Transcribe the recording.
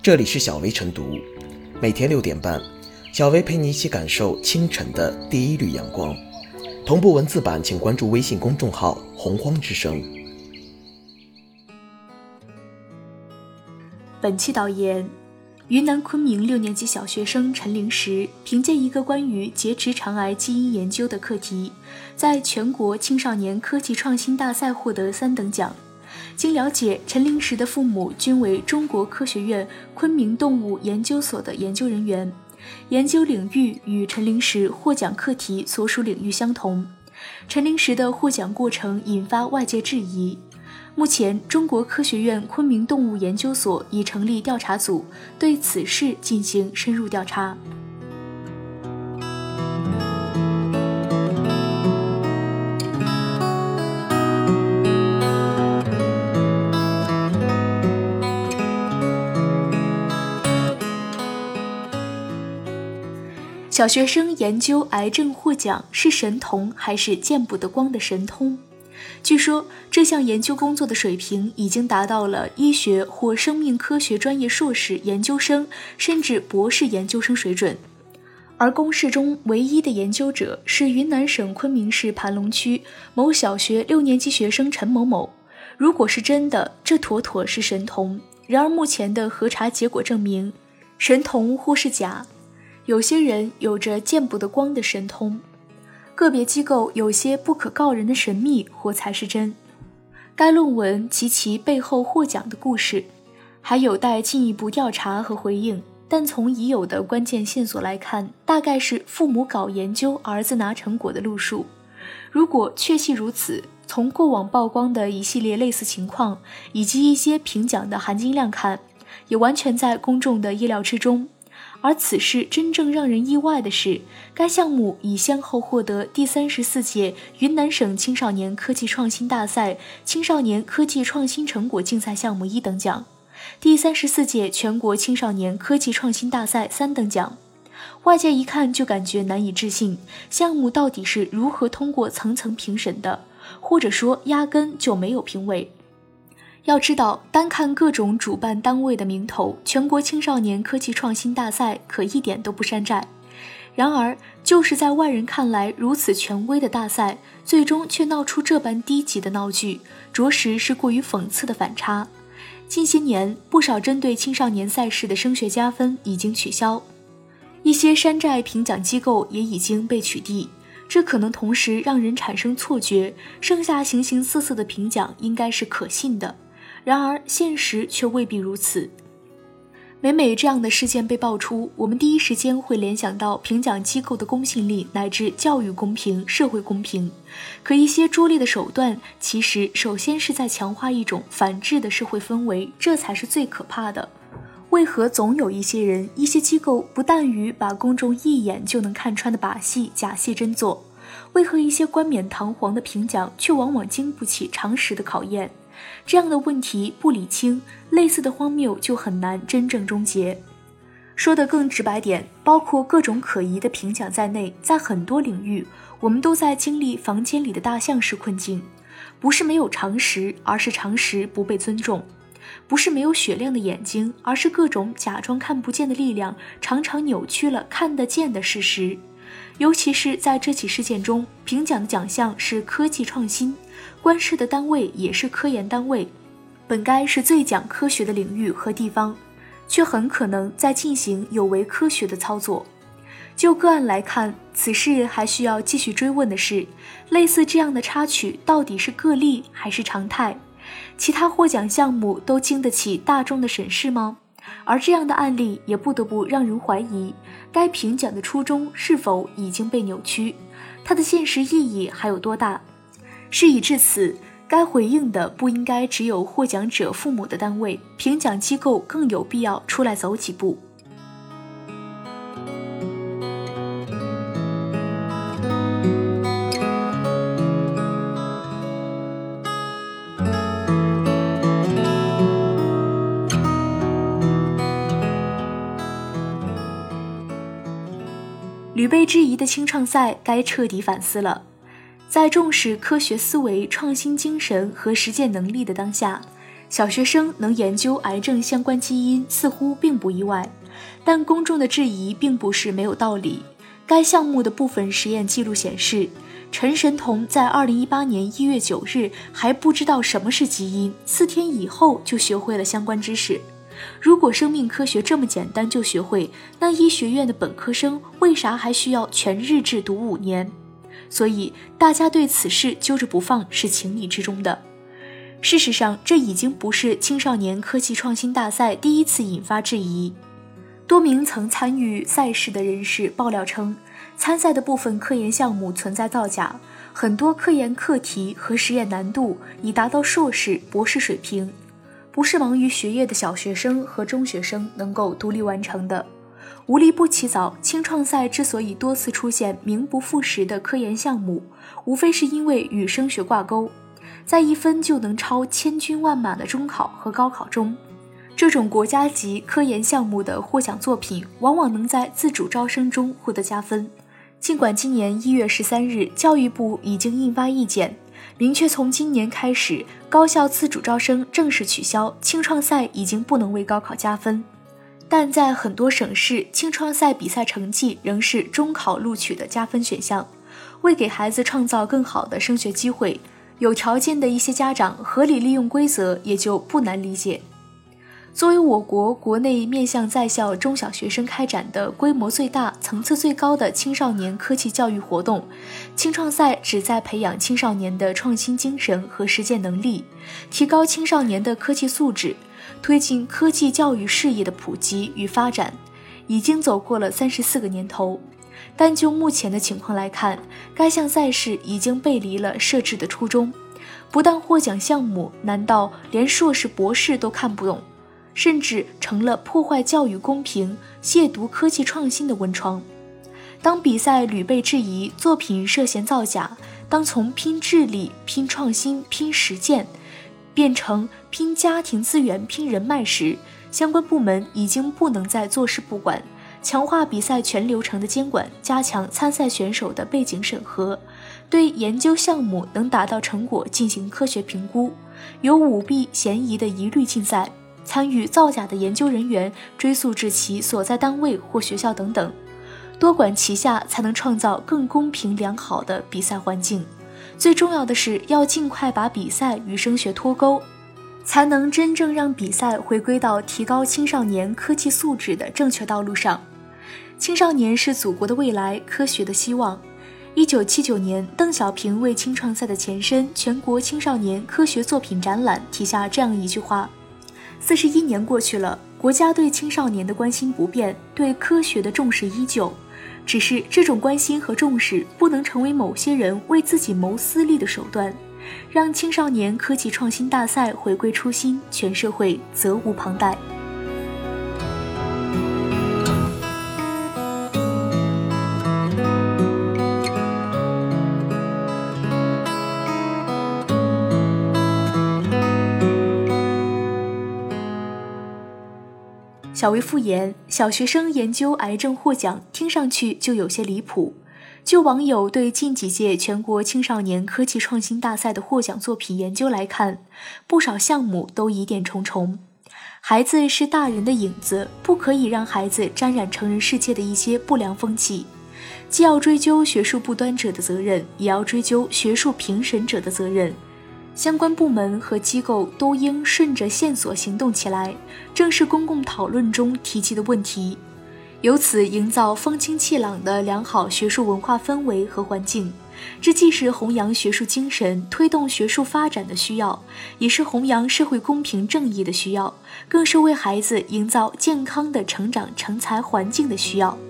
这里是小薇晨读，每天6点半，小薇陪你一起感受清晨的第一缕阳光。同步文字版请关注微信公众号洪荒之声。 本期导言：云南昆明6年级小学生陈灵石凭借一个关于结直肠癌基因研究的课题，在全国青少年科技创新大赛获得3等奖。经了解，陈灵石的父母均为中国科学院昆明动物研究所的研究人员，研究领域与陈灵石获奖课题所属领域相同。陈灵石的获奖过程引发外界质疑。目前，中国科学院昆明动物研究所已成立调查组，对此事进行深入调查。小学生研究癌症获奖是神童还是见不得光的神通？据说这项研究工作的水平已经达到了医学或生命科学专业硕士研究生甚至博士研究生水准。而公示中唯一的研究者是云南省昆明市盘龙区某小学6年级学生陈某某。如果是真的，这妥妥是神童。然而目前的核查结果证明，神童或是假。有些人有着见不得光的神通，个别机构有些不可告人的神秘或才是真。该论文及其背后获奖的故事还有待进一步调查和回应，但从已有的关键线索来看，大概是父母搞研究，儿子拿成果的路数。如果确系如此，从过往曝光的一系列类似情况以及一些评奖的含金量看，也完全在公众的意料之中。而此事真正让人意外的是，该项目已先后获得第34届云南省青少年科技创新大赛青少年科技创新成果竞赛项目1等奖，第34届全国青少年科技创新大赛3等奖。外界一看就感觉难以置信，项目到底是如何通过层层评审的，或者说压根就没有评委。要知道，单看各种主办单位的名头，全国青少年科技创新大赛可一点都不山寨。然而，就是在外人看来如此权威的大赛，最终却闹出这般低级的闹剧，着实是过于讽刺的反差。近些年，不少针对青少年赛事的升学加分已经取消，一些山寨评奖机构也已经被取缔。这可能同时让人产生错觉，剩下形形色色的评奖应该是可信的。然而现实却未必如此。每每这样的事件被爆出，我们第一时间会联想到评奖机构的公信力乃至教育公平、社会公平。可一些拙劣的手段，其实首先是在强化一种反智的社会氛围，这才是最可怕的。为何总有一些人、一些机构不但于把公众一眼就能看穿的把戏假戏真做？为何一些冠冕堂皇的评奖却往往经不起常识的考验？这样的问题不理清，类似的荒谬就很难真正终结。说得更直白点，包括各种可疑的评奖在内，在很多领域，我们都在经历房间里的大象式困境。不是没有常识，而是常识不被尊重；不是没有雪亮的眼睛，而是各种假装看不见的力量常常扭曲了看得见的事实。尤其是在这起事件中，评奖的奖项是科技创新，观视的单位也是科研单位，本该是最讲科学的领域和地方，却很可能在进行有违科学的操作。就个案来看，此事还需要继续追问的是，类似这样的插曲到底是个例还是常态？其他获奖项目都经得起大众的审视吗？而这样的案例也不得不让人怀疑，该评奖的初衷是否已经被扭曲，它的现实意义还有多大？事已至此，该回应的不应该只有获奖者父母的单位，评奖机构更有必要出来走几步。屡被质疑的青创赛该彻底反思了。在重视科学思维、创新精神和实践能力的当下， 小学生能研究癌症相关基因似乎并不意外，但公众的质疑并不是没有道理。该项目的部分实验记录显示，陈神童在2018年1月9日还不知道什么是基因，4天以后就学会了相关知识。如果生命科学这么简单就学会，那医学院的本科生为啥还需要全日制读5年？所以大家对此事揪着不放是情理之中的。事实上，这已经不是青少年科技创新大赛第一次引发质疑。多名曾参与赛事的人士爆料称，参赛的部分科研项目存在造假，很多科研课题和实验难度已达到硕士、博士水平，不是忙于学业的小学生和中学生能够独立完成的。无利不起早，青创赛之所以多次出现名不副实的科研项目，无非是因为与升学挂钩，在1分就能超千军万马的中考和高考中，这种国家级科研项目的获奖作品往往能在自主招生中获得加分。尽管今年1月13日教育部已经印发意见，明确从今年开始高校自主招生正式取消，青创赛已经不能为高考加分，但在很多省市，青创赛比赛成绩仍是中考录取的加分选项。为给孩子创造更好的升学机会，有条件的一些家长合理利用规则也就不难理解。作为我国国内面向在校中小学生开展的规模最大、层次最高的青少年科技教育活动，青创赛旨在培养青少年的创新精神和实践能力，提高青少年的科技素质，推进科技教育事业的普及与发展，已经走过了34个年头。但就目前的情况来看，该项赛事已经背离了设置的初衷，不但获奖项目难道连硕士、博士都看不懂，甚至成了破坏教育公平、亵渎科技创新的温床。当比赛屡被质疑作品涉嫌造假，当从拼智力、拼创新、拼实践变成拼家庭资源、拼人脉时，相关部门已经不能再坐视不管，强化比赛全流程的监管，加强参赛选手的背景审核，对研究项目能达到成果进行科学评估，有舞弊嫌疑的一律禁赛，参与造假的研究人员追溯至其所在单位或学校等等，多管齐下，才能创造更公平良好的比赛环境。最重要的是要尽快把比赛与升学脱钩，才能真正让比赛回归到提高青少年科技素质的正确道路上。青少年是祖国的未来，科学的希望。1979年，邓小平为青创赛的前身全国青少年科学作品展览题下这样一句话：41年过去了，国家对青少年的关心不变，对科学的重视依旧，只是这种关心和重视不能成为某些人为自己谋私利的手段。让青少年科技创新大赛回归初心，全社会责无旁贷。小微复言，小学生研究癌症获奖，听上去就有些离谱。就网友对近几届全国青少年科技创新大赛的获奖作品研究来看，不少项目都疑点重重。孩子是大人的影子，不可以让孩子沾染成人世界的一些不良风气。既要追究学术不端者的责任，也要追究学术评审者的责任。相关部门和机构都应顺着线索行动起来，正是公共讨论中提及的问题，由此营造风清气朗的良好学术文化氛围和环境。这既是弘扬学术精神、推动学术发展的需要，也是弘扬社会公平正义的需要，更是为孩子营造健康的成长成才环境的需要。